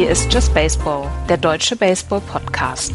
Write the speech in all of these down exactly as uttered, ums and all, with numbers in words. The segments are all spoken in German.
Hier ist Just Baseball, der deutsche Baseball-Podcast.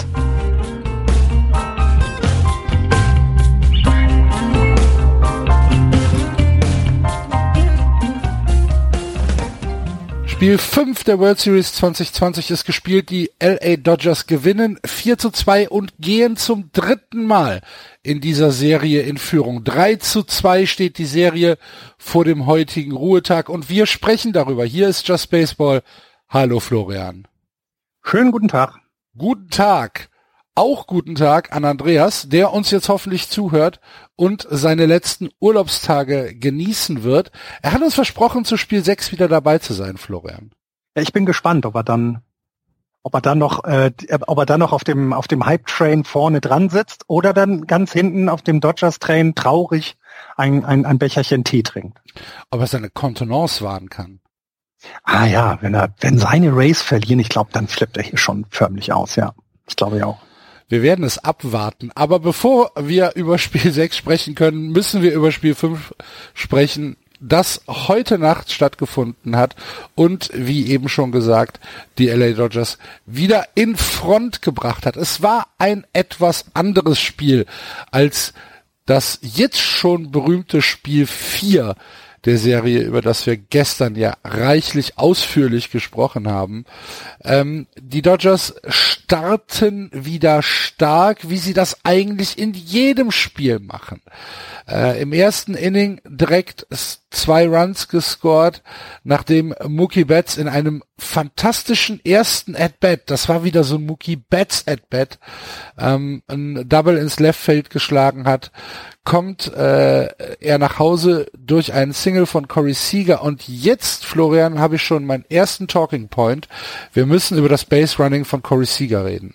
Spiel fünf der World Series zwanzig zwanzig ist gespielt. Die L A Dodgers gewinnen vier zu zwei und gehen zum dritten Mal in dieser Serie in Führung. drei zu zwei steht die Serie vor dem heutigen Ruhetag und wir sprechen darüber. Hier ist Just Baseball. Hallo Florian. Schönen guten Tag. Guten Tag. Auch guten Tag an Andreas, der uns jetzt hoffentlich zuhört und seine letzten Urlaubstage genießen wird. Er hat uns versprochen, zu Spiel sechs wieder dabei zu sein, Florian. Ja, ich bin gespannt, ob er dann, ob er dann noch, äh, ob er dann noch auf dem auf dem Hype-Train vorne dran sitzt oder dann ganz hinten auf dem Dodgers-Train traurig ein, ein, ein Becherchen Tee trinkt. Ob er seine Kontenance wahren kann. Ah ja, wenn er, wenn seine Rays verlieren, ich glaube, dann flippt er hier schon förmlich aus, ja. Das glaube ich auch. Wir werden es abwarten. Aber bevor wir über Spiel sechs sprechen können, müssen wir über Spiel fünf sprechen, das heute Nacht stattgefunden hat und, wie eben schon gesagt, die L A Dodgers wieder in Front gebracht hat. Es war ein etwas anderes Spiel als das jetzt schon berühmte Spiel vier der Serie, über das wir gestern ja reichlich ausführlich gesprochen haben. Ähm, die Dodgers starten wieder stark, wie sie das eigentlich in jedem Spiel machen. Äh, im ersten Inning direkt zwei Runs gescored, nachdem Mookie Betts in einem fantastischen ersten At-Bat, das war wieder so ein Mookie Betts At-Bat, ähm, ein Double ins Left Field geschlagen hat, kommt äh, er nach Hause durch einen Single von Corey Seager und jetzt, Florian, habe ich schon meinen ersten Talking Point. Wir müssen über das Base Running von Corey Seager reden.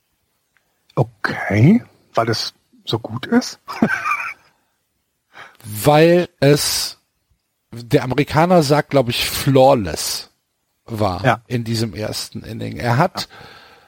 Okay, weil es so gut ist? Weil es, der Amerikaner sagt, glaube ich, flawless war ja. in diesem ersten Inning. Er hat ja.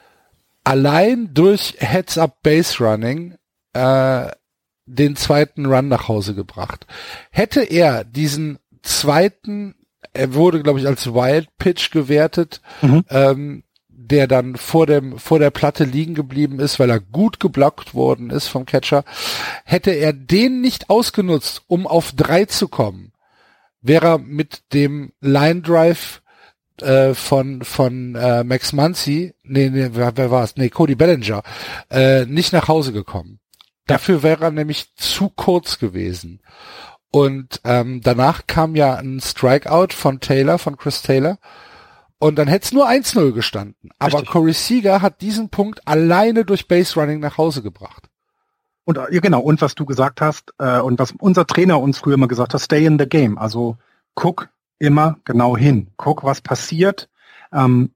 allein durch Heads-Up Base Running äh, den zweiten Run nach Hause gebracht. Hätte er diesen zweiten, er wurde, glaube ich, als Wild Pitch gewertet, mhm. ähm, der dann vor dem vor der Platte liegen geblieben ist, weil er gut geblockt worden ist vom Catcher, hätte er den nicht ausgenutzt, um auf drei zu kommen, wäre er mit dem Line Drive äh, von von äh, Max Muncy, nee, nee, wer, wer war es? Nee, Cody Bellinger, äh, nicht nach Hause gekommen. Dafür wäre er nämlich zu kurz gewesen. Und ähm, danach kam ja ein Strikeout von Taylor, von Chris Taylor. Und dann hätte es nur eins null gestanden. Aber Richtig. Corey Seager hat diesen Punkt alleine durch Base Running nach Hause gebracht. Und ja, genau, und was du gesagt hast, äh, und was unser Trainer uns früher immer gesagt hat, stay in the game. Also guck immer genau hin. Guck, was passiert. Ähm,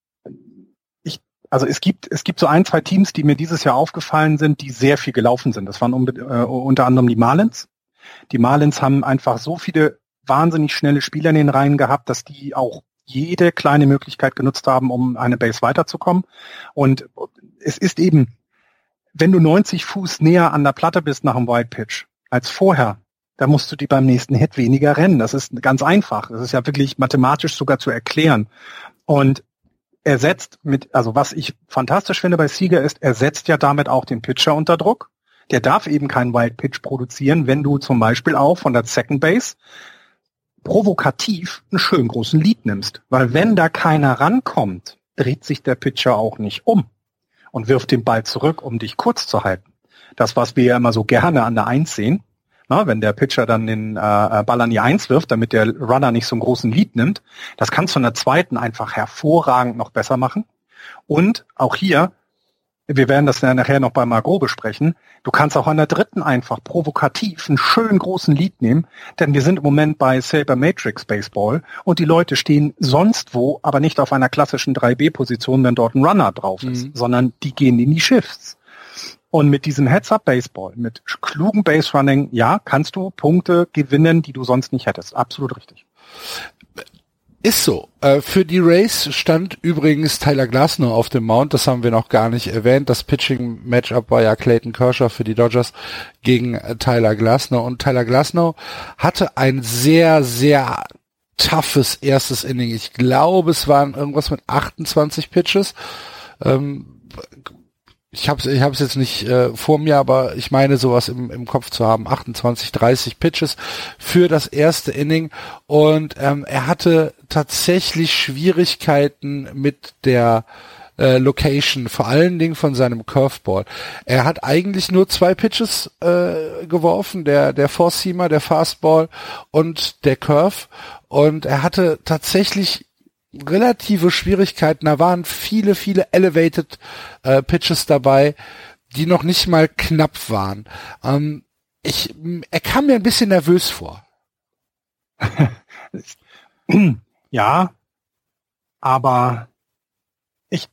Also es gibt es gibt so ein, zwei Teams, die mir dieses Jahr aufgefallen sind, die sehr viel gelaufen sind. Das waren unbe- äh, unter anderem die Marlins. Die Marlins haben einfach so viele wahnsinnig schnelle Spieler in den Reihen gehabt, dass die auch jede kleine Möglichkeit genutzt haben, um eine Base weiterzukommen. Und es ist eben, wenn du neunzig Fuß näher an der Platte bist nach einem Wild Pitch als vorher, da musst du die beim nächsten Hit weniger rennen. Das ist ganz einfach. Das ist ja wirklich mathematisch sogar zu erklären. Und er setzt mit, also was ich fantastisch finde bei Seager ist, er setzt ja damit auch den Pitcher unter Druck. Der darf eben keinen Wild Pitch produzieren, wenn du zum Beispiel auch von der Second Base provokativ einen schönen großen Lead nimmst. Weil wenn da keiner rankommt, dreht sich der Pitcher auch nicht um und wirft den Ball zurück, um dich kurz zu halten. Das, was wir ja immer so gerne an der Eins sehen, na, wenn der Pitcher dann den äh, Ball an die Eins wirft, damit der Runner nicht so einen großen Lead nimmt, das kannst du in der zweiten einfach hervorragend noch besser machen. Und auch hier, wir werden das ja nachher noch bei Margot besprechen, du kannst auch an der dritten einfach provokativ einen schönen großen Lead nehmen, denn wir sind im Moment bei Saber Matrix Baseball und die Leute stehen sonst wo, aber nicht auf einer klassischen drei B Position, wenn dort ein Runner drauf ist, mhm. sondern die gehen in die Shifts. Und mit diesem Heads-Up-Baseball, mit klugen Base-Running, ja, kannst du Punkte gewinnen, die du sonst nicht hättest. Absolut richtig. Ist so. Äh, für die Rays stand übrigens Tyler Glasnow auf dem Mount. Das haben wir noch gar nicht erwähnt. Das Pitching-Matchup war ja Clayton Kershaw für die Dodgers gegen äh, Tyler Glasnow. Und Tyler Glasnow hatte ein sehr, sehr toughes erstes Inning. Ich glaube, es waren irgendwas mit achtundzwanzig Pitches. Ähm, ich habe es ich hab's jetzt nicht äh, vor mir, aber ich meine sowas im, im Kopf zu haben. achtundzwanzig, dreißig Pitches für das erste Inning. Und ähm, er hatte tatsächlich Schwierigkeiten mit der äh, Location, vor allen Dingen von seinem Curveball. Er hat eigentlich nur zwei Pitches äh, geworfen, der der Four-Seamer, der Fastball und der Curve. Und er hatte tatsächlich relative Schwierigkeiten. Da waren viele, viele Elevated äh, Pitches dabei, die noch nicht mal knapp waren. Ähm, ich, er kam mir ein bisschen nervös vor. Ja, aber ich,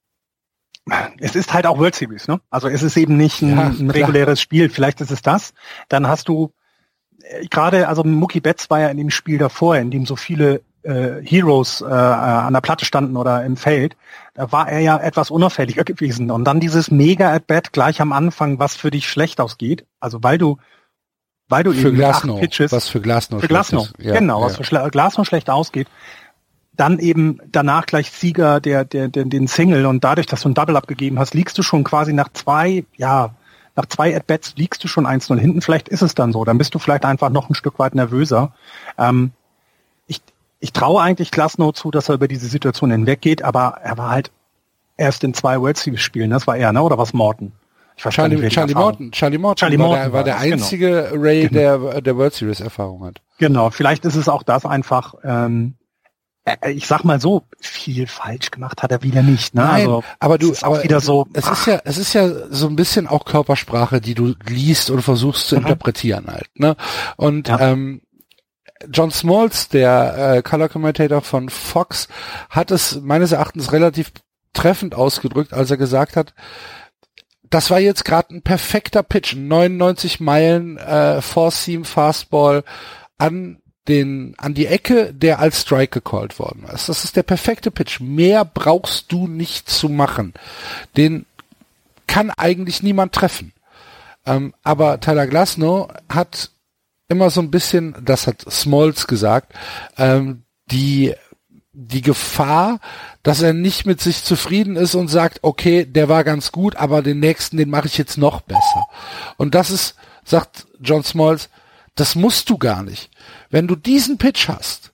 es ist halt auch World Series, ne? Also es ist eben nicht ein, ja, ein reguläres Spiel. Vielleicht ist es das. Dann hast du äh, gerade, also Mookie Betts war ja in dem Spiel davor, in dem so viele äh, Heroes äh, an der Platte standen oder im Feld. Da war er ja etwas unauffälliger gewesen. Und dann dieses Mega-At-Bat gleich am Anfang, was für dich schlecht ausgeht. Also weil du weil du für eben Glasnow, acht Pitches, was für Glasnow für Glasnow, ja, genau, ja. was für Schla- Glasnow schlecht ausgeht. Dann eben danach gleich Sieger der, der, der, den Single und dadurch, dass du ein Double abgegeben hast, liegst du schon quasi nach zwei, ja, nach zwei At-Bats liegst du schon eins null hinten. Vielleicht ist es dann so. Dann bist du vielleicht einfach noch ein Stück weit nervöser. Ähm, ich, ich traue eigentlich Glasnow zu, dass er über diese Situation hinweggeht, aber er war halt erst in zwei World Series Spielen. Das war er, ne? Oder was Morton? Ich weiß Charlie, nicht, Charlie Morton. Charlie Morton Charlie war, Morton der, war der einzige genau. Ray, genau. der der World Series Erfahrung hat. Genau, vielleicht ist es auch das einfach, ähm, ich sag mal so, viel falsch gemacht hat er wieder nicht. Ne? Nein, also, aber du, ist auch aber wieder so, es ist ja, es ist ja so ein bisschen auch Körpersprache, die du liest und versuchst zu mhm. interpretieren halt. Ne? Und ja. ähm, John Smoltz, der äh, Color Commentator von Fox, hat es meines Erachtens relativ treffend ausgedrückt, als er gesagt hat, das war jetzt gerade ein perfekter Pitch, neunundneunzig Meilen äh, Four-Seam Fastball an den an die Ecke, der als Strike gecallt worden ist. Das ist der perfekte Pitch. Mehr brauchst du nicht zu machen. Den kann eigentlich niemand treffen. Ähm, aber Tyler Glasnow hat immer so ein bisschen, das hat Smoltz gesagt, ähm, die die Gefahr, dass er nicht mit sich zufrieden ist und sagt, okay, der war ganz gut, aber den nächsten, den mache ich jetzt noch besser. Und das ist, sagt John Smoltz, das musst du gar nicht. Wenn du diesen Pitch hast,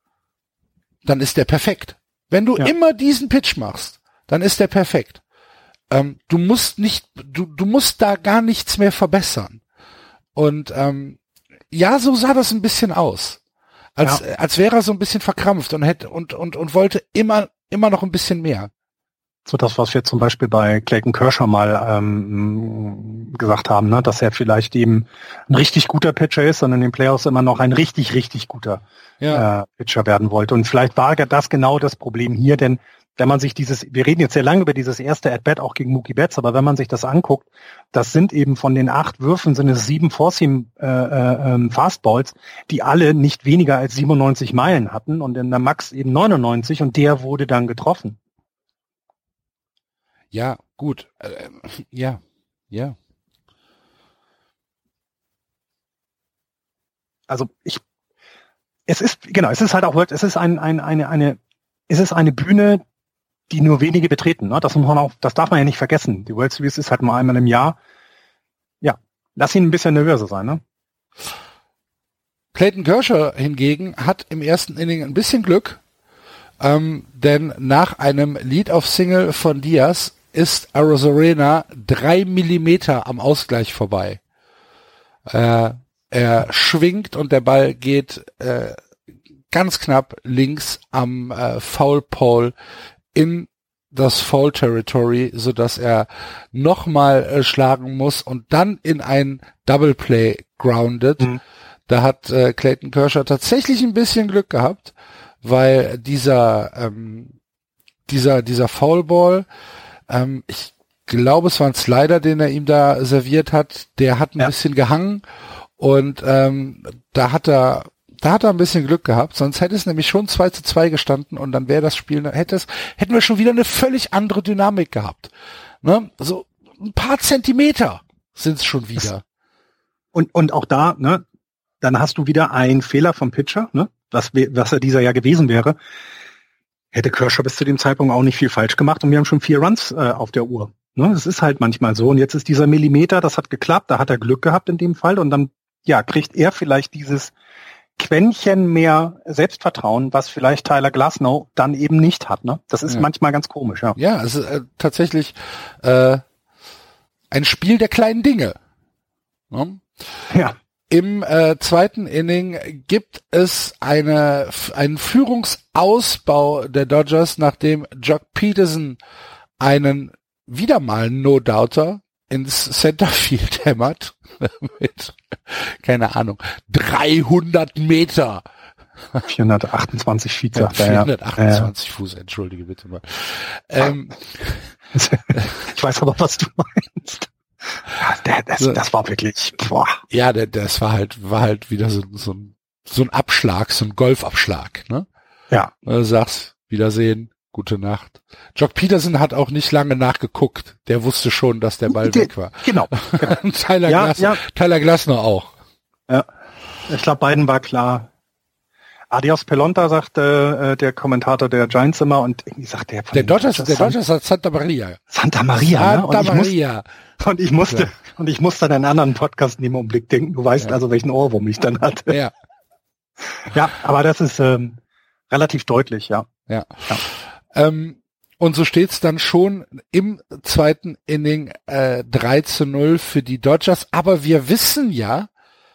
dann ist der perfekt. Wenn du ja. immer diesen Pitch machst, dann ist der perfekt. Ähm, du musst nicht, du, du musst da gar nichts mehr verbessern. Und ähm, ja, so sah das ein bisschen aus. Als, ja. als wäre er so ein bisschen verkrampft und hätte und, und, und wollte immer, immer noch ein bisschen mehr. So das, was wir zum Beispiel bei Clayton Kershaw mal ähm, gesagt haben, ne, dass er vielleicht eben ein richtig guter Pitcher ist und in den Playoffs immer noch ein richtig, richtig guter ja. äh, Pitcher werden wollte. Und vielleicht war das genau das Problem hier, denn wenn man sich dieses, wir reden jetzt sehr lange über dieses erste At-Bat auch gegen Mookie Betts, aber wenn man sich das anguckt, das sind eben von den acht Würfen sind es sieben Four-Seam äh, äh, Fastballs, die alle nicht weniger als siebenundneunzig Meilen hatten und in der Max eben neunundneunzig und der wurde dann getroffen. Ja, gut. Äh, ja, ja. Also ich, es ist, genau, es ist halt auch, es ist ein, ein, eine, eine, es ist eine Bühne, die nur wenige betreten, ne? Das muss man auch, das darf man ja nicht vergessen. Die World Series ist halt mal einmal im Jahr. Ja, lass ihn ein bisschen nervöser sein, ne? Clayton Kershaw hingegen hat im ersten Inning ein bisschen Glück, ähm, denn nach einem Lead-Off-Single von Diaz ist Arozarena drei Millimeter am Ausgleich vorbei. Äh, er schwingt und der Ball geht äh, ganz knapp links am äh, Foul Pole in das Foul Territory, so dass er nochmal äh, schlagen muss und dann in ein Double Play grounded. Mhm. Da hat äh, Clayton Kershaw tatsächlich ein bisschen Glück gehabt, weil dieser ähm, dieser dieser Foul Ball, ähm, ich glaube, es war ein Slider, den er ihm da serviert hat, der hat ein ja. bisschen gehangen und ähm, da hat er Da hat er ein bisschen Glück gehabt, sonst hätte es nämlich schon zwei zu zwei gestanden und dann wäre das Spiel, hätte es, hätten wir schon wieder eine völlig andere Dynamik gehabt. Ne? So ein paar Zentimeter sind es schon wieder. Und, und auch da, ne, dann hast du wieder einen Fehler vom Pitcher, ne? Was, was er dieser Jahr gewesen wäre. Hätte Kershaw bis zu dem Zeitpunkt auch nicht viel falsch gemacht und wir haben schon vier Runs äh, auf der Uhr. Ne? Das ist halt manchmal so. Und jetzt ist dieser Millimeter, das hat geklappt, da hat er Glück gehabt in dem Fall und dann ja kriegt er vielleicht dieses Quäntchen mehr Selbstvertrauen, was vielleicht Tyler Glasnow dann eben nicht hat. Ne? Das ist ja. manchmal ganz komisch. Ja, ja, es ist äh, tatsächlich äh, ein Spiel der kleinen Dinge. Ne? Ja. Im äh, zweiten Inning gibt es eine einen Führungsausbau der Dodgers, nachdem Jock Peterson einen wieder mal No-Doubter ins Centerfield hämmert mit, keine Ahnung, dreihundert Meter. vierhundertachtundzwanzig Feet, ja, sagt er. vierhundertachtundzwanzig ja. Fuß, entschuldige bitte mal. Ähm, ich weiß aber, was du meinst. Ja, das, das war wirklich, boah. Ja, das war halt, war halt wieder so, so ein, so ein Abschlag, so ein Golfabschlag, ne? Ja. Du sagst, Wiedersehen, gute Nacht. Jock Peterson hat auch nicht lange nachgeguckt. Der wusste schon, dass der Ball der, weg war. Genau. genau. Tyler, ja, Glas, ja. Tyler Glasnow auch. Ja. Ich glaube, beiden war klar. Adios Pelonta, sagte äh, der Kommentator der Giants immer und irgendwie sagt der von Der Dodgers, Dodgers, der Dodgers hat Santa Maria. Santa Maria, Santa ne? Und ich Maria. Muss, und ich musste, ja. und ich musste an einen anderen Podcast nehmen und Blick denken. Du weißt ja. also, welchen Ohrwurm ich dann hatte. Ja. Ja, aber das ist ähm, relativ deutlich, ja. Ja. ja. Ähm, und so steht's dann schon im zweiten Inning äh, drei zu null für die Dodgers. Aber wir wissen ja,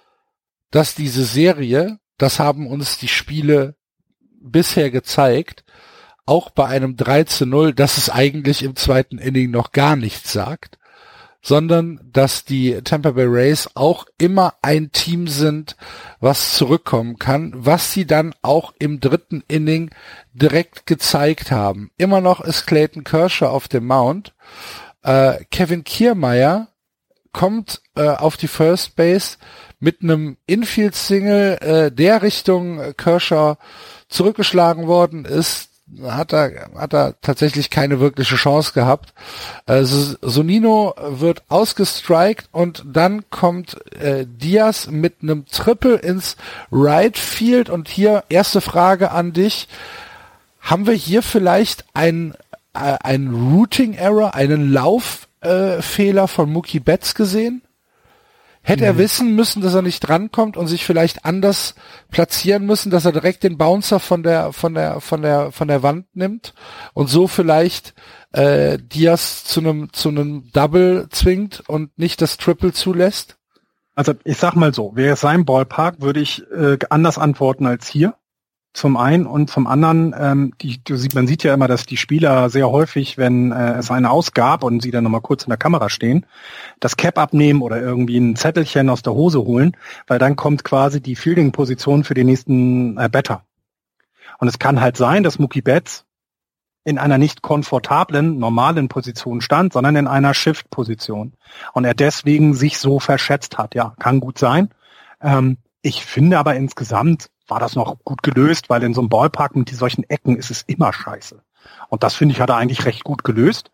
dass diese Serie, das haben uns die Spiele bisher gezeigt, auch bei einem drei zu null, dass es eigentlich im zweiten Inning noch gar nichts sagt, sondern dass die Tampa Bay Rays auch immer ein Team sind, was zurückkommen kann, was sie dann auch im dritten Inning direkt gezeigt haben. Immer noch ist Clayton Kershaw auf dem Mound. Äh, Kevin Kiermaier kommt äh, auf die First Base mit einem Infield-Single, äh, der Richtung Kershaw zurückgeschlagen worden ist, hat er, hat er tatsächlich keine wirkliche Chance gehabt. Äh, Sonino wird ausgestrikt und dann kommt äh, Diaz mit einem Triple ins Right Field und hier erste Frage an dich. Haben wir hier vielleicht ein, äh, ein Routing-Error, einen Lauffehler äh, von Mookie Betts gesehen? Hätte er wissen müssen, dass er nicht drankommt und sich vielleicht anders platzieren müssen, dass er direkt den Bouncer von der von der von der von der Wand nimmt und so vielleicht äh, Diaz zu einem zu einem Double zwingt und nicht das Triple zulässt? Also ich sag mal so, wäre es sein Ballpark, würde ich äh, anders antworten als hier. Zum einen und zum anderen, ähm, die, du sieht, man sieht ja immer, dass die Spieler sehr häufig, wenn äh, es eine ausgab und sie dann nochmal kurz in der Kamera stehen, das Cap abnehmen oder irgendwie ein Zettelchen aus der Hose holen, weil dann kommt quasi die Fielding-Position für den nächsten äh, Batter. Und es kann halt sein, dass Mookie Betts in einer nicht komfortablen, normalen Position stand, sondern in einer Shift-Position. Und er deswegen sich so verschätzt hat. Ja, kann gut sein. Ähm, ich finde aber insgesamt war das noch gut gelöst, weil in so einem Ballpark mit solchen Ecken ist es immer scheiße. Und das, finde ich, hat er eigentlich recht gut gelöst.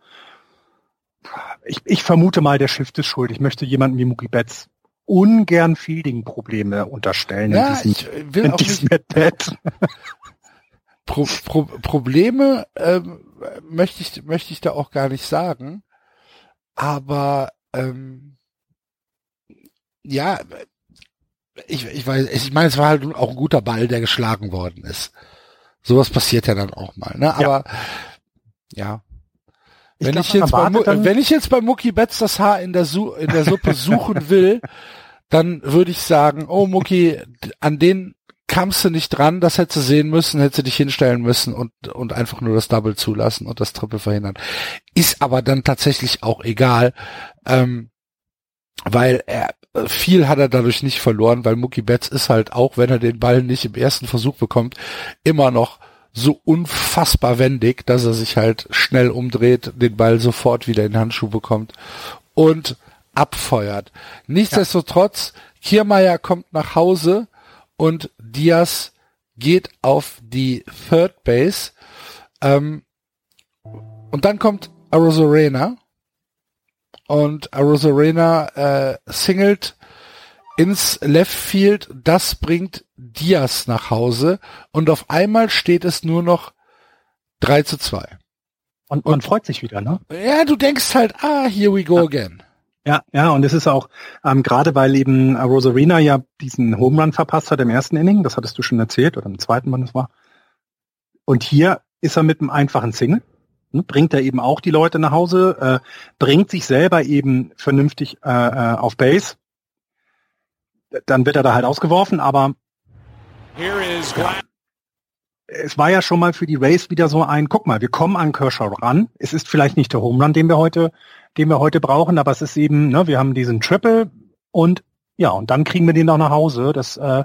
Ich, ich vermute mal, der Shift ist schuld. Ich möchte jemanden wie Mookie Betts ungern Fielding-Probleme unterstellen. Ja, in diesem, ich will in auch diesem nicht Pro, Pro, Probleme ähm, möchte ich möchte ich da auch gar nicht sagen. Aber ähm, ja, Ich, ich weiß, ich meine, es war halt auch ein guter Ball, der geschlagen worden ist. Sowas passiert ja dann auch mal, ne? Aber ja. ja. Wenn ich, ich jetzt bei wenn ich jetzt bei Mookie Betts das Haar in der Su in der Suppe suchen will, dann würde ich sagen, oh Mookie, an den kamst du nicht dran, das hättest du sehen müssen, hättest du dich hinstellen müssen und und einfach nur das Double zulassen und das Triple verhindern. Ist aber dann tatsächlich auch egal, ähm, weil er viel hat er dadurch nicht verloren, weil Mookie Betts ist halt auch, wenn er den Ball nicht im ersten Versuch bekommt, immer noch so unfassbar wendig, dass er sich halt schnell umdreht, den Ball sofort wieder in den Handschuh bekommt und abfeuert. Nichtsdestotrotz, ja. Kiermaier kommt nach Hause und Diaz geht auf die Third Base. Ähm, und dann kommt Arozarena. Und Arozarena äh, singelt ins Left Field, das bringt Diaz nach Hause und auf einmal steht es nur noch drei zu zwei. Und man und, freut sich wieder, ne? Ja, du denkst halt, ah, here we go ja. again. Ja, ja, und es ist auch, ähm, gerade weil eben Rosarina ja diesen Home Run verpasst hat im ersten Inning, das hattest du schon erzählt, oder im zweiten, wann es war. Und hier ist er mit einem einfachen Single, ne, bringt er eben auch die Leute nach Hause, äh, bringt sich selber eben vernünftig äh, äh, auf Base. Dann wird er da halt ausgeworfen, aber Here is ja, es war ja schon mal für die Rays wieder so ein, guck mal, wir kommen an Kershaw ran. Es ist vielleicht nicht der Home Run, den wir heute, den wir heute brauchen, aber es ist eben, ne, wir haben diesen Triple und ja, und dann kriegen wir den noch nach Hause. Das, äh,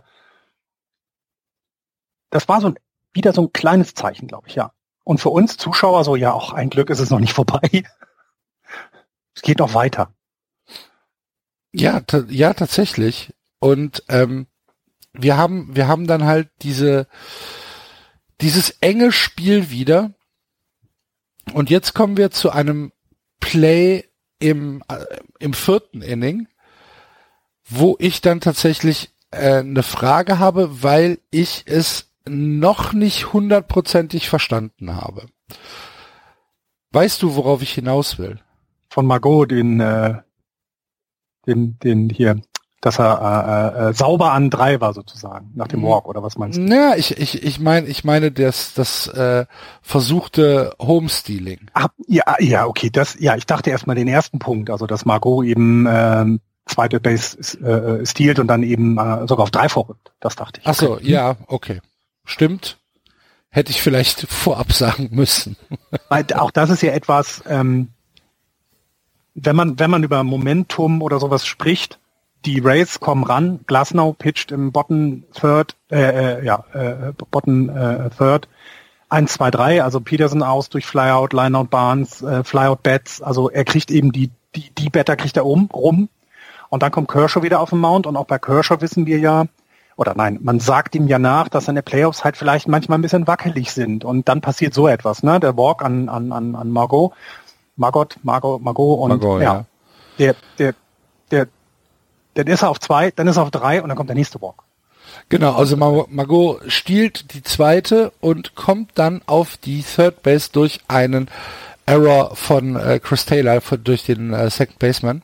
das war so ein, wieder so ein kleines Zeichen, glaube ich, ja. Und für uns Zuschauer so, ja, auch ein Glück ist es noch nicht vorbei. Es geht noch weiter. Ja, t- ja, tatsächlich. Und ähm, wir haben, wir haben dann halt diese dieses enge Spiel wieder. Und jetzt kommen wir zu einem Play im äh, im vierten Inning, wo ich dann tatsächlich äh, eine Frage habe, weil ich es noch nicht hundertprozentig verstanden habe. Weißt du, worauf ich hinaus will? Von Margot, den, äh, den, den hier, dass er äh, äh, sauber an drei war sozusagen, nach dem Walk, oder was meinst du? Ja, ich, ich, ich meine, ich meine, das, das äh, versuchte Homestealing. Ah, ja, ja, okay, das, ja, ich dachte erstmal den ersten Punkt, also dass Margot eben ähm, zweite Base äh, stealt und dann eben äh, sogar auf drei vorrückt. Das dachte ich. Ach so, okay. Ja, okay. Stimmt. Hätte ich vielleicht vorab sagen müssen. Weil auch das ist ja etwas, ähm, wenn man, wenn man über Momentum oder sowas spricht, die Rays kommen ran, Glasnow pitcht im Bottom Third, äh, äh, ja, äh, Bottom äh, Third, eins, zwei, drei, also Peterson aus durch Flyout, Lineout Barnes, äh, Flyout Bats, also er kriegt eben die, die, die Batter kriegt er um, rum, und dann kommt Kershaw wieder auf den Mount, und auch bei Kershaw wissen wir ja, oder nein, man sagt ihm ja nach, dass seine Playoffs halt vielleicht manchmal ein bisschen wackelig sind, und dann passiert so etwas, ne, der Walk an, an, an, an Margot, Margot, Margot, Margot, und Margot, ja, ja, der, der, der, dann ist er auf zwei, dann ist er auf drei und dann kommt der nächste Walk. Genau, also Mar- Margot stiehlt die zweite und kommt dann auf die Third Base durch einen Error von äh, Chris Taylor, von, durch den äh, Second Baseman.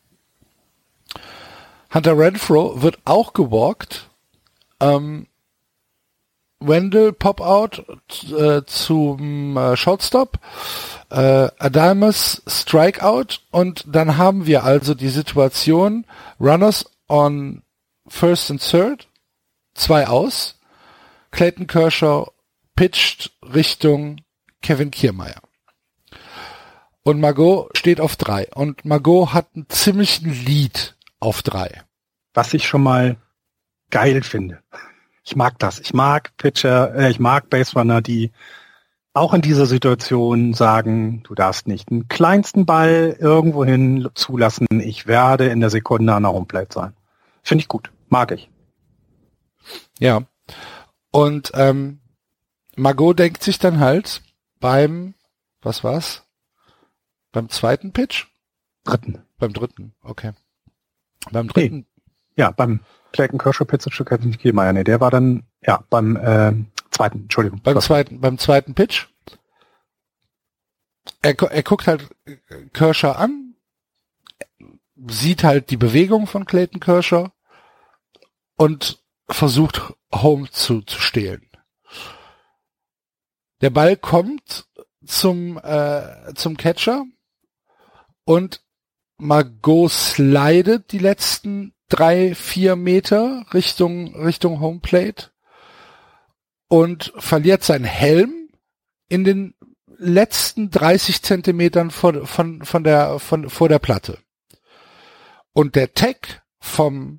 Hunter Renfroe wird auch gewalkt. Ähm, Wendell Pop-Out äh, zum äh, Shortstop. Äh, Adames Strikeout, und dann haben wir also die Situation, Runners on First and Third, zwei aus, Clayton Kershaw pitcht Richtung Kevin Kiermaier. Und Margot steht auf drei, und Margot hat einen ziemlichen Lead auf drei. Was ich schon mal geil finde. Ich mag das. Ich mag Pitcher, äh, ich mag Baserunner, die auch in dieser Situation sagen, du darfst nicht den kleinsten Ball irgendwohin zulassen. Ich werde in der Sekunde an der Homeplate sein. Finde ich gut. Mag ich. Ja. Und ähm, Margot denkt sich dann halt beim, was war's? Beim zweiten Pitch? Dritten. Beim dritten, okay. Beim dritten? Nee. Ja, beim Clayton Kershaw Pitch zu Kevin Kiermaier. Nee, der war dann, ja, beim äh, zweiten, Entschuldigung. Beim zweiten, beim zweiten Pitch. Er, er guckt halt Kershaw an, sieht halt die Bewegung von Clayton Kershaw und versucht Home zu, zu stehlen. Der Ball kommt zum, äh, zum Catcher, und Margot slidet die letzten drei, vier Meter Richtung, Richtung Homeplate und verliert seinen Helm in den letzten dreißig Zentimetern vor, von, von der, von, vor der Platte. Und der Tag vom,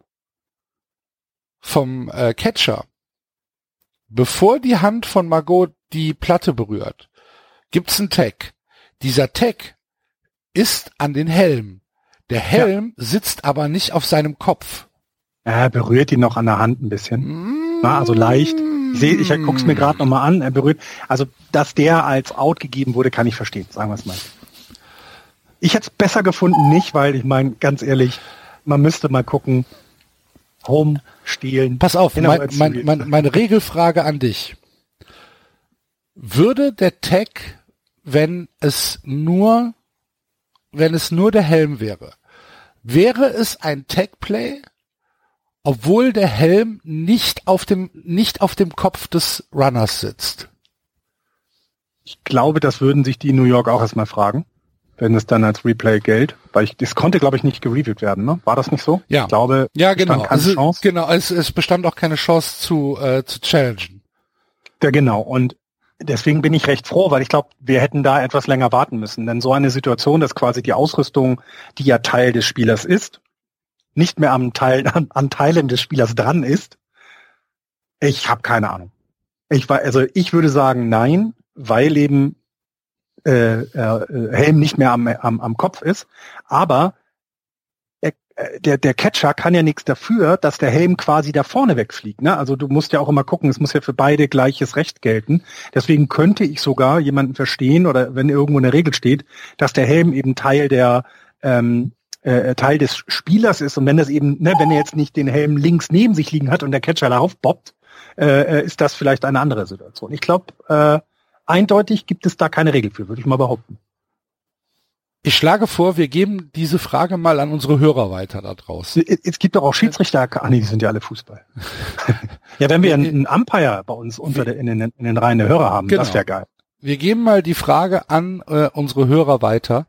vom äh, Catcher, bevor die Hand von Margot die Platte berührt, gibt's einen Tag. Dieser Tag ist an den Helm. Der Helm ja. sitzt aber nicht auf seinem Kopf. Er berührt ihn noch an der Hand ein bisschen. Mm. Na, also leicht. Ich, seh, ich guck's mir gerade nochmal an. Er berührt. Also, dass der als Out gegeben wurde, kann ich verstehen. Sagen wir es mal. Ich hätte es besser gefunden, nicht, weil ich meine, ganz ehrlich, man müsste mal gucken. Home stehlen. Pass auf, mein, mein, mein, meine Regelfrage an dich. Würde der Tag, wenn es nur, wenn es nur der Helm wäre, wäre es ein Tag-Play, obwohl der Helm nicht auf dem, nicht auf dem Kopf des Runners sitzt? Ich glaube, das würden sich die New York auch erstmal fragen, wenn es dann als Replay gilt, weil ich, das konnte, glaube ich, nicht gereviewt werden, ne? War das nicht so? Ja. Ich glaube, ja, genau. Keine also, Chance. Genau, es, es bestand auch keine Chance zu, äh, zu challengen. Ja, genau. Und deswegen bin ich recht froh, weil ich glaube, wir hätten da etwas länger warten müssen. Denn so eine Situation, dass quasi die Ausrüstung, die ja Teil des Spielers ist, nicht mehr am Teil, an, an Teilen des Spielers dran ist, ich habe keine Ahnung. Ich war, also ich würde sagen, nein, weil eben äh, äh, Helm nicht mehr am, am, am Kopf ist. Aber er, der, der Catcher kann ja nichts dafür, dass der Helm quasi da vorne wegfliegt. Ne? Also du musst ja auch immer gucken, es muss ja für beide gleiches Recht gelten. Deswegen könnte ich sogar jemanden verstehen, oder wenn irgendwo in der Regel steht, dass der Helm eben Teil der ähm, äh, Teil des Spielers ist. Und wenn das eben, ne, wenn er jetzt nicht den Helm links neben sich liegen hat und der Catcher darauf bobbt, äh, ist das vielleicht eine andere Situation. Ich glaube, äh, eindeutig gibt es da keine Regel für, würde ich mal behaupten. Ich schlage vor, wir geben diese Frage mal an unsere Hörer weiter da draußen. Es gibt doch auch Schiedsrichter, ah nee, die sind ja alle Fußball. Ja, wenn wir einen Umpire bei uns unter der, in, den, in den Reihen der Hörer haben, genau. Das wäre geil. Wir geben mal die Frage an äh, unsere Hörer weiter.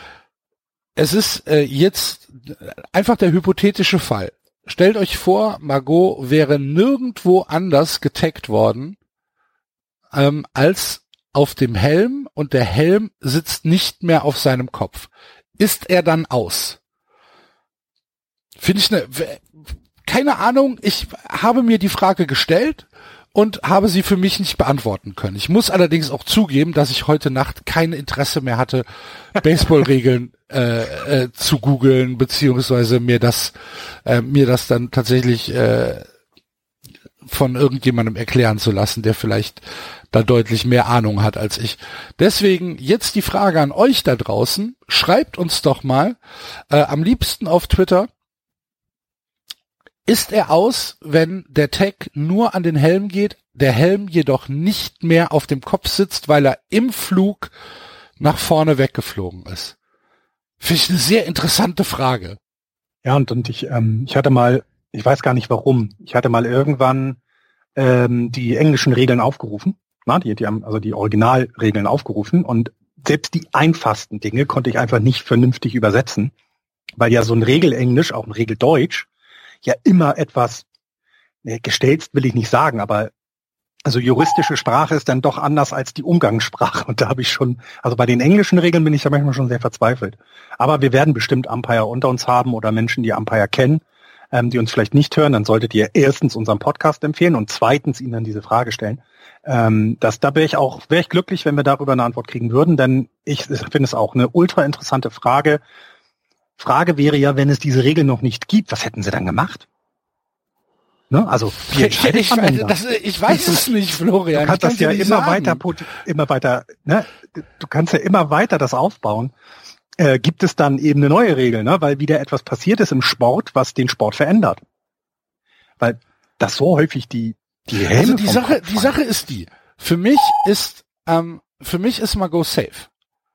Es ist äh, jetzt einfach der hypothetische Fall. Stellt euch vor, Margot wäre nirgendwo anders getaggt worden, ähm, als auf dem Helm, und der Helm sitzt nicht mehr auf seinem Kopf. Ist er dann aus? Finde ich eine, keine Ahnung, ich habe mir die Frage gestellt und habe sie für mich nicht beantworten können. Ich muss allerdings auch zugeben, dass ich heute Nacht kein Interesse mehr hatte, Baseballregeln äh, äh, zu googeln, beziehungsweise mir das, äh, mir das dann tatsächlich äh, von irgendjemandem erklären zu lassen, der vielleicht da deutlich mehr Ahnung hat als ich. Deswegen jetzt die Frage an euch da draußen. Schreibt uns doch mal, äh, am liebsten auf Twitter, ist er aus, wenn der Tag nur an den Helm geht, der Helm jedoch nicht mehr auf dem Kopf sitzt, weil er im Flug nach vorne weggeflogen ist? Finde ich eine sehr interessante Frage. Ja, und, und ich, ähm, ich hatte mal, ich weiß gar nicht warum, ich hatte mal irgendwann ähm, die englischen Regeln aufgerufen, na, die, die haben also die Originalregeln aufgerufen, und selbst die einfachsten Dinge konnte ich einfach nicht vernünftig übersetzen, weil ja so ein Regelenglisch, auch ein Regeldeutsch, ja immer etwas, ne, gestelzt will ich nicht sagen, aber also juristische Sprache ist dann doch anders als die Umgangssprache, und da habe ich schon, also bei den englischen Regeln bin ich da manchmal schon sehr verzweifelt. Aber wir werden bestimmt Umpire unter uns haben oder Menschen, die Umpire kennen, ähm, die uns vielleicht nicht hören. Dann solltet ihr erstens unseren Podcast empfehlen und zweitens ihnen dann diese Frage stellen. Ähm, das, da wäre ich auch, wäre ich glücklich, wenn wir darüber eine Antwort kriegen würden, denn ich finde es auch eine ultra interessante Frage. Frage wäre ja, wenn es diese Regel noch nicht gibt, was hätten sie dann gemacht? Ne? Also wie entscheidet ich, man denn da? das, ich weiß es nicht, Florian. Du kannst das ja immer sagen. weiter, immer weiter, ne? Du kannst ja immer weiter das aufbauen. Äh, gibt es dann eben eine neue Regel, ne? Weil wieder etwas passiert ist im Sport, was den Sport verändert. Weil das so häufig die die Helme Also die Sache, die Sache ist die. Für mich ist, ähm, für mich ist Margot safe,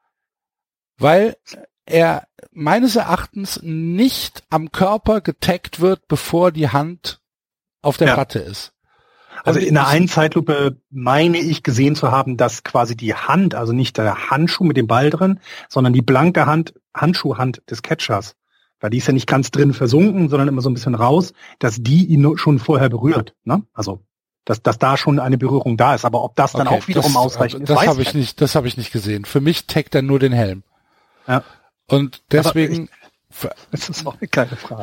weil er meines Erachtens nicht am Körper getaggt wird, bevor die Hand auf der ja. Platte ist. Also in der einen Zeitlupe meine ich gesehen zu haben, dass quasi die Hand, also nicht der Handschuh mit dem Ball drin, sondern die blanke Hand, Handschuhhand des Catchers, weil die ist ja nicht ganz drin versunken, sondern immer so ein bisschen raus, dass die ihn schon vorher berührt. Ne? Also dass, dass da schon eine Berührung da ist. Aber ob das dann okay, auch wiederum das, ausreichend das ist, habe ich nicht. Das habe ich nicht gesehen. Für mich taggt er nur den Helm. Ja. Und deswegen. Ich, das ist auch eine kleine Frage.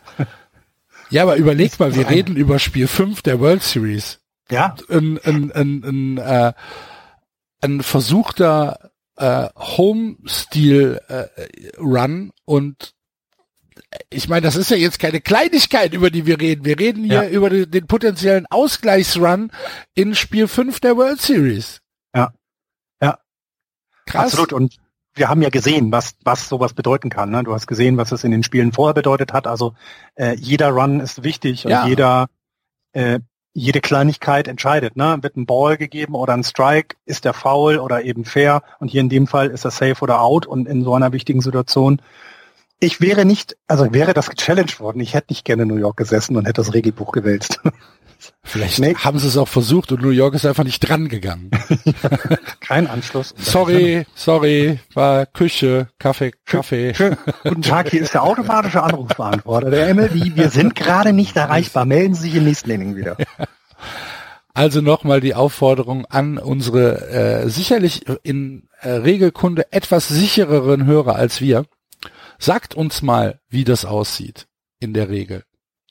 Ja, aber überleg mal, wir reden über Spiel fünf der World Series. Ja. Ein, ein, ein, ein, äh, ein versuchter äh, Home-Steal-Run, äh, und ich meine, das ist ja jetzt keine Kleinigkeit, über die wir reden. Wir reden hier ja. über den, den potenziellen Ausgleichsrun in Spiel fünf der World Series. Ja. Ja. Krass. Absolut. Und wir haben ja gesehen, was was sowas bedeuten kann. Ne? Du hast gesehen, was es in den Spielen vorher bedeutet hat. Also äh, jeder Run ist wichtig und ja. jeder äh, jede Kleinigkeit entscheidet. Ne? Wird ein Ball gegeben oder ein Strike, ist der Foul oder eben fair? Und hier in dem Fall ist er safe oder out. Und in so einer wichtigen Situation, ich wäre nicht, also wäre das gechallenged worden. Ich hätte nicht gerne in New York gesessen und hätte das Regelbuch gewälzt. Vielleicht nee. haben sie es auch versucht und New York ist einfach nicht dran gegangen. Kein Anschluss. Sorry, sorry, war Küche, Kaffee, Kaffee. Schön. Guten Tag, hier ist der automatische Anrufbeantworter der M L B. Wir sind gerade nicht erreichbar. Melden Sie sich im nächsten Inning wieder. Also nochmal die Aufforderung an unsere äh, sicherlich in äh, Regelkunde etwas sichereren Hörer als wir. Sagt uns mal, wie das aussieht in der Regel.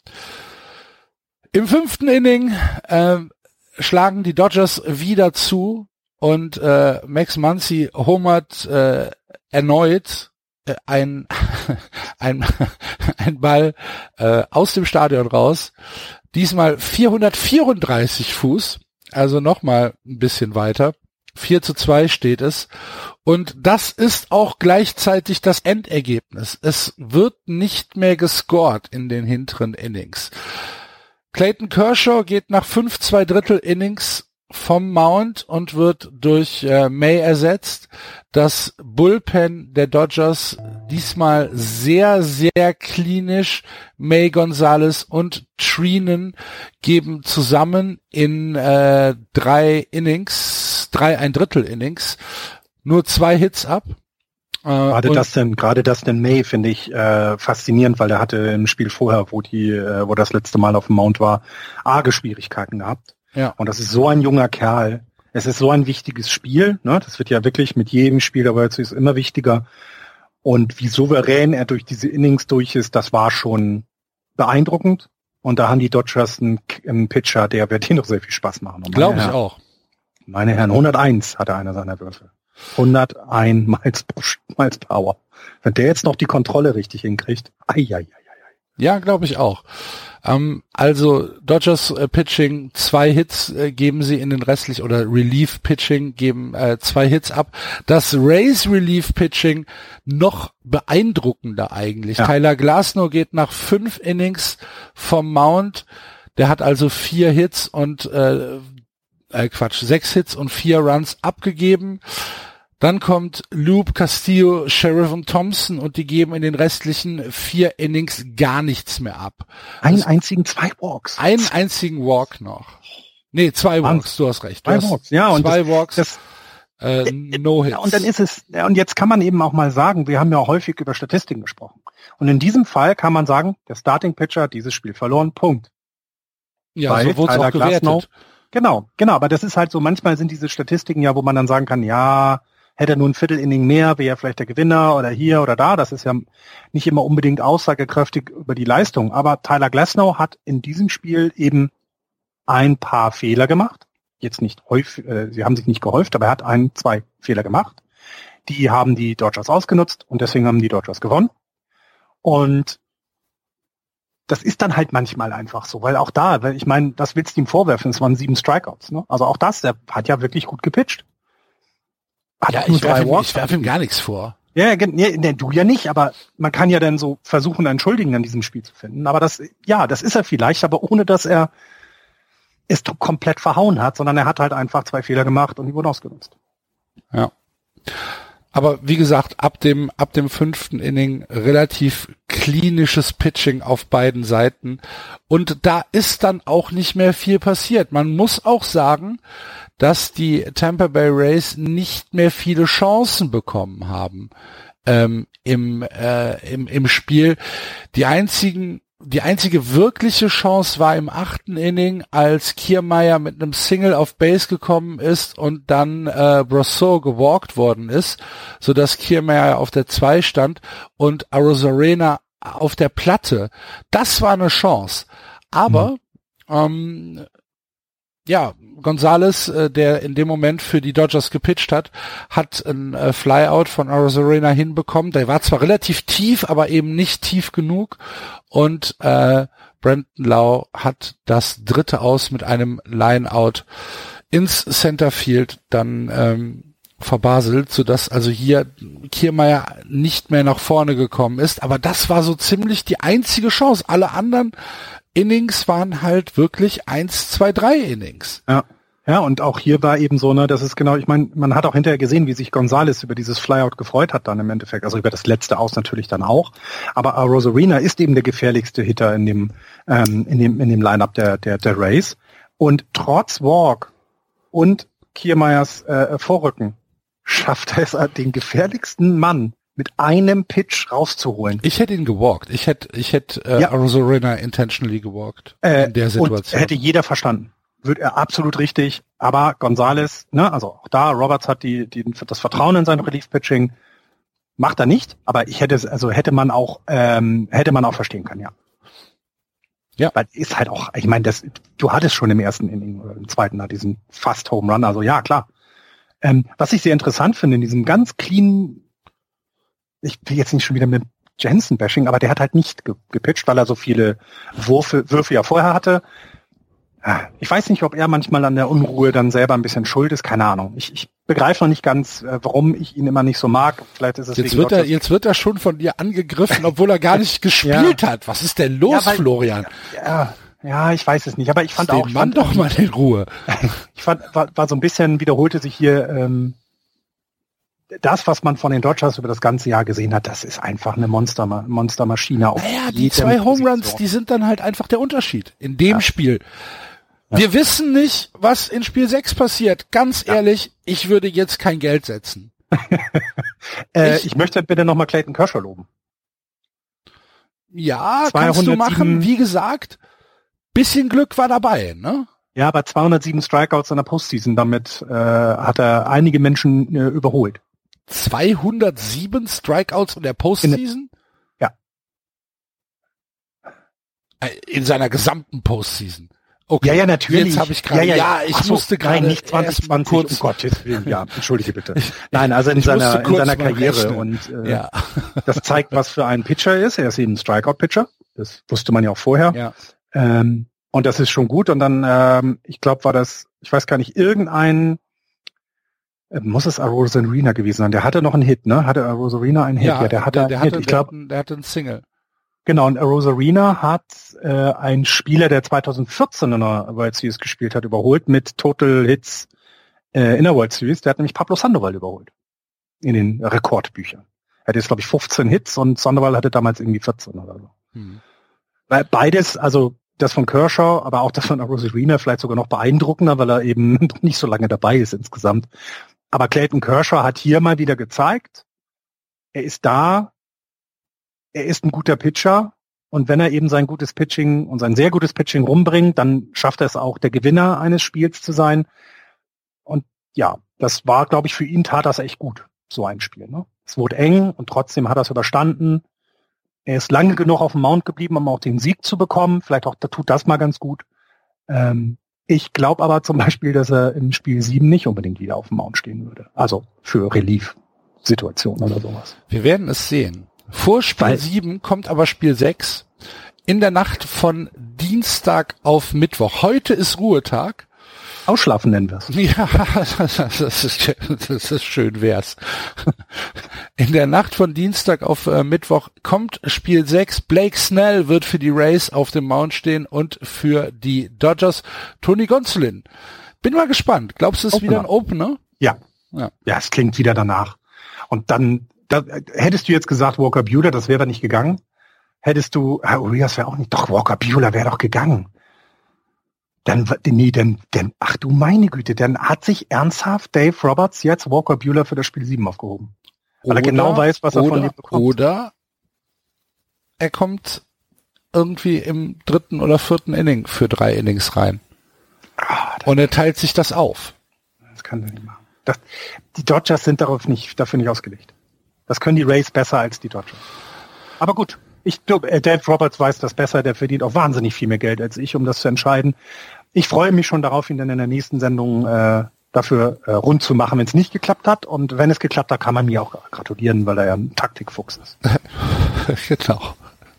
Im fünften Inning äh, schlagen die Dodgers wieder zu und äh, Max Muncy homert äh, erneut äh, ein, ein, ein Ball äh, aus dem Stadion raus. Diesmal vierhundertvierunddreißig Fuß, also nochmal ein bisschen weiter. vier zu zwei steht es. Und das ist auch gleichzeitig das Endergebnis. Es wird nicht mehr gescored in den hinteren Innings. Clayton Kershaw geht nach fünf zwei Drittel Innings vom Mound und wird durch äh, May ersetzt. Das Bullpen der Dodgers diesmal sehr, sehr klinisch. May, Gonzalez und Treinen geben zusammen in äh, drei Innings, drei ein Drittel Innings, nur zwei Hits ab. Gerade das denn, gerade das denn May finde ich äh, faszinierend, weil er hatte im Spiel vorher, wo die, äh, wo das letzte Mal auf dem Mount war, arge Schwierigkeiten gehabt. Ja. Und das ist so ein junger Kerl. Es ist so ein wichtiges Spiel, ne? Das wird ja wirklich mit jedem Spiel, aber jetzt ist es immer wichtiger. Und wie souverän er durch diese Innings durch ist, das war schon beeindruckend. Und da haben die Dodgers einen, einen Pitcher, der wird ihnen noch sehr viel Spaß machen. Glaube ich auch. Meine Herren, hunderteins hatte einer seiner Würfe. hunderteins Miles, Miles Power. Wenn der jetzt noch die Kontrolle richtig hinkriegt, ai, ai, ai, ai. Ja, glaube ich auch. Ähm, also Dodgers äh, Pitching, zwei Hits äh, geben sie in den restlich oder Relief Pitching geben äh, zwei Hits ab. Das Rays Relief Pitching noch beeindruckender eigentlich. Ja. Tyler Glasnow geht nach fünf Innings vom Mount. Der hat also vier Hits und äh, äh, Quatsch, sechs Hits und vier Runs abgegeben. Dann kommt Loup, Castillo, Sheriff und Thompson und die geben in den restlichen vier Innings gar nichts mehr ab. Einen also einzigen, zwei Walks. Einen einzigen Walk noch. Nee, zwei Walks, du hast recht. Du zwei hast Walks, ja. Und zwei das, Walks, das, äh, no Hits. Ja, und dann ist es, ja, und jetzt kann man eben auch mal sagen, wir haben ja häufig über Statistiken gesprochen. Und in diesem Fall kann man sagen, der Starting Pitcher hat dieses Spiel verloren, Punkt. Ja, Weil so wurde es auch gewertet. Glasnow, genau, genau, aber das ist halt so, manchmal sind diese Statistiken ja, wo man dann sagen kann, ja, hätte er nur ein Viertel-Inning mehr, wäre er vielleicht der Gewinner oder hier oder da. Das ist ja nicht immer unbedingt aussagekräftig über die Leistung. Aber Tyler Glasnow hat in diesem Spiel eben ein paar Fehler gemacht. Jetzt nicht häufig, äh, sie haben sich nicht gehäuft, aber er hat ein, zwei Fehler gemacht. Die haben die Dodgers ausgenutzt und deswegen haben die Dodgers gewonnen. Und das ist dann halt manchmal einfach so, weil auch da, weil ich meine, das willst du ihm vorwerfen, es waren sieben Strikeouts. Ne? Also auch das, der hat ja wirklich gut gepitcht. Hat ja, ich werfe ihm, werf ihm gar nichts vor. Ja, ja, du ja nicht, aber man kann ja dann so versuchen, einen Schuldigen an diesem Spiel zu finden. Aber das, ja, das ist er vielleicht, aber ohne, dass er es komplett verhauen hat, sondern er hat halt einfach zwei Fehler gemacht und die wurden ausgenutzt. Ja. Aber wie gesagt, ab dem, ab dem fünften Inning relativ klinisches Pitching auf beiden Seiten. Und da ist dann auch nicht mehr viel passiert. Man muss auch sagen, dass die Tampa Bay Rays nicht mehr viele Chancen bekommen haben ähm, im, äh, im, im Spiel. Die einzigen Die einzige wirkliche Chance war im achten Inning, als Kiermaier mit einem Single auf Base gekommen ist und dann äh, Brosseau gewalkt worden ist, sodass Kiermaier auf der zwei stand und Arozarena auf der Platte. Das war eine Chance. Aber mhm. ähm, ja, Gonzalez, äh, der in dem Moment für die Dodgers gepitcht hat, hat ein äh, Flyout von Arozarena hinbekommen. Der war zwar relativ tief, aber eben nicht tief genug. Und äh, Brandon Lowe hat das dritte Aus mit einem Lineout ins Centerfield dann ähm, verbaselt, sodass also hier Kiermaier nicht mehr nach vorne gekommen ist. Aber das war so ziemlich die einzige Chance. Alle anderen Innings waren halt wirklich eins, zwei, drei Innings. Ja. Ja, und auch hier war eben so, ne, das ist genau, ich meine, man hat auch hinterher gesehen, wie sich Gonzalez über dieses Flyout gefreut hat dann im Endeffekt, also über das letzte Aus natürlich dann auch. Aber Arozarena ist eben der gefährlichste Hitter in dem, ähm, in dem, in dem Lineup der, der, der Rays. Und trotz Walk und Kiermaiers äh, Vorrücken schafft er es, den gefährlichsten Mann mit einem Pitch rauszuholen. Ich hätte ihn gewalkt. Ich hätte, ich hätte äh, ja. Arozarena intentionally gewalkt äh, in der Situation. Und hätte jeder verstanden. Wird er absolut richtig, aber Gonzalez, ne, also auch da, Roberts hat die, die, das Vertrauen in sein Relief-Pitching, macht er nicht, aber ich hätte es, also hätte man auch, ähm, hätte man auch verstehen können, ja. Ja. Weil ist halt auch, ich meine, das, du hattest schon im ersten Inning oder im zweiten da diesen fast Home Run, also ja, klar. Ähm, was ich sehr interessant finde, in diesem ganz clean, ich will jetzt nicht schon wieder mit Jensen-Bashing, aber der hat halt nicht ge- gepitcht, weil er so viele Würfe, Würfe ja vorher hatte. Ich weiß nicht, ob er manchmal an der Unruhe dann selber ein bisschen schuld ist, keine Ahnung. Ich, ich begreife noch nicht ganz, warum ich ihn immer nicht so mag. Vielleicht ist es jetzt wegen wird er, jetzt wird er schon von dir angegriffen, obwohl er gar nicht gespielt ja. hat. Was ist denn los, ja, weil, Florian? Ja, ja, ich weiß es nicht, aber ich fand den auch... Den Mann doch mal in Ruhe. Ich fand, war, war so ein bisschen, wiederholte sich hier ähm, das, was man von den Dodgers über das ganze Jahr gesehen hat, das ist einfach eine Monster, Monstermaschine. Auf naja, die zwei Home Runs, die sind dann halt einfach der Unterschied in dem ja. Spiel. Wir ja. wissen nicht, was in Spiel sechs passiert. Ganz ja. ehrlich, ich würde jetzt kein Geld setzen. äh, ich, ich möchte bitte nochmal Clayton Kershaw loben. Ja, kannst du machen. Wie gesagt, bisschen Glück war dabei, ne? Ja, aber zweihundertsieben Strikeouts in der Postseason, damit äh, hat er einige Menschen äh, überholt. zweihundertsieben Strikeouts in der Postseason? In, ja. In seiner gesamten Postseason. Okay. Ja, ja, natürlich. Jetzt habe ich gerade, ja, ja, ja, ich so, musste gerade nicht zwanzig zwanzig, kurz, um Gottes Willen, ja, entschuldige bitte. Nein, also in seiner, in seiner Karriere und äh, ja. das zeigt, was für ein Pitcher er ist. Er ist eben ein Strikeout-Pitcher. Das wusste man ja auch vorher. Ja. Ähm, und das ist schon gut. Und dann, ähm, ich glaube, war das, ich weiß gar nicht, irgendein, äh, muss es Arozarena gewesen sein. Der hatte noch einen Hit, ne? Hatte Arozarena einen Hit? Ja, ja der hatte, der, der einen hatte, Hit. Ich glaube, der, der hatte einen Single. Genau, und Arozarena hat äh, einen Spieler, der zweitausendvierzehn in der World Series gespielt hat, überholt mit Total Hits äh, in der World Series. Der hat nämlich Pablo Sandoval überholt in den Rekordbüchern. Er hatte jetzt, glaube ich, fünfzehn Hits und Sandoval hatte damals irgendwie vierzehn oder so. Hm. Weil beides, also das von Kershaw, aber auch das von Arozarena vielleicht sogar noch beeindruckender, weil er eben nicht so lange dabei ist insgesamt. Aber Clayton Kershaw hat hier mal wieder gezeigt, er ist da, er ist ein guter Pitcher und wenn er eben sein gutes Pitching und sein sehr gutes Pitching rumbringt, dann schafft er es auch, der Gewinner eines Spiels zu sein. Und ja, das war, glaube ich, für ihn tat das echt gut, so ein Spiel. Ne? Es wurde eng und trotzdem hat er es überstanden. Er ist lange genug auf dem Mount geblieben, um auch den Sieg zu bekommen. Vielleicht auch, da tut das mal ganz gut. Ähm, ich glaube aber zum Beispiel, dass er im Spiel sieben nicht unbedingt wieder auf dem Mount stehen würde. Also für Relief-Situationen oder sowas. Wir werden es sehen. Vor Spiel sieben kommt aber Spiel sechs in der Nacht von Dienstag auf Mittwoch. Heute ist Ruhetag. Ausschlafen nennen wir es. Ja, das ist, das ist schön wär's. In der Nacht von Dienstag auf äh, Mittwoch kommt Spiel sechs. Blake Snell wird für die Rays auf dem Mount stehen und für die Dodgers Tony Gonsolin. Bin mal gespannt. Glaubst du, es ist wieder ein Opener? Ja. ja. Ja, es klingt wieder danach. Und dann Da, hättest du jetzt gesagt, Walker Buehler, das wäre nicht gegangen. Hättest du, Herr Urias wäre auch nicht, doch, Walker Buehler wäre doch gegangen. Dann, nee, denn, denn, ach du meine Güte, dann hat sich ernsthaft Dave Roberts jetzt Walker Buehler für das Spiel sieben aufgehoben. Weil oder, er genau weiß, was er oder, von ihm bekommt. Oder er kommt irgendwie im dritten oder vierten Inning für drei Innings rein. Ah, und er teilt sich das auf. Das kann er nicht machen. Das, die Dodgers sind darauf nicht, dafür nicht ausgelegt. Das können die Rays besser als die Dodgers. Aber gut, ich glaube, Dave Roberts weiß das besser, der verdient auch wahnsinnig viel mehr Geld als ich, um das zu entscheiden. Ich freue mich schon darauf, ihn dann in der nächsten Sendung äh, dafür äh, rund zu machen, wenn es nicht geklappt hat. Und wenn es geklappt hat, kann man mir auch gratulieren, weil er ja ein Taktikfuchs ist. Genau.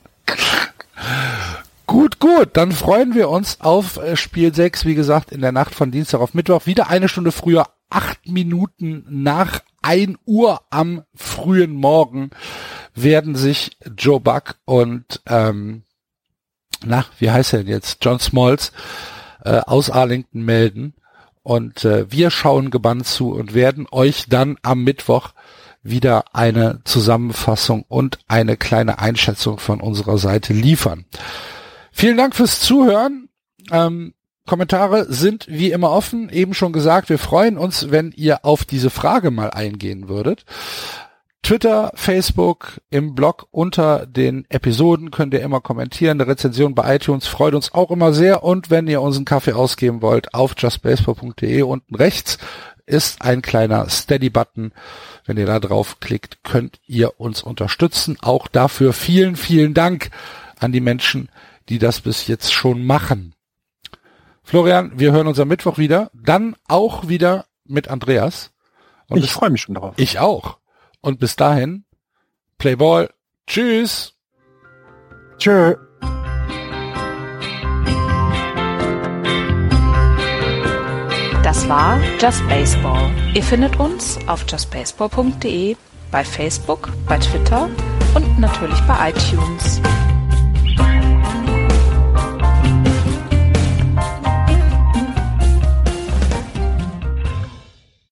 Gut, gut, dann freuen wir uns auf Spiel sechs, wie gesagt, in der Nacht von Dienstag auf Mittwoch. Wieder eine Stunde früher acht Minuten nach ein Uhr am frühen Morgen werden sich Joe Buck und ähm, na, wie heißt er denn jetzt? John Smalls äh, aus Arlington melden. Und äh, wir schauen gebannt zu und werden euch dann am Mittwoch wieder eine Zusammenfassung und eine kleine Einschätzung von unserer Seite liefern. Vielen Dank fürs Zuhören. Ähm, Kommentare sind wie immer offen. Eben schon gesagt, wir freuen uns, wenn ihr auf diese Frage mal eingehen würdet. Twitter, Facebook, im Blog unter den Episoden könnt ihr immer kommentieren. Eine Rezension bei iTunes freut uns auch immer sehr. Und wenn ihr uns einen Kaffee ausgeben wollt, auf just baseball punkt de unten rechts ist ein kleiner Steady-Button. Wenn ihr da draufklickt, könnt ihr uns unterstützen. Auch dafür vielen, vielen Dank an die Menschen, die das bis jetzt schon machen. Florian, wir hören uns am Mittwoch wieder. Dann auch wieder mit Andreas. Und ich freue mich schon drauf. Ich auch. Und bis dahin, Play Ball. Tschüss. Tschö. Das war Just Baseball. Ihr findet uns auf just baseball punkt de, bei Facebook, bei Twitter und natürlich bei iTunes.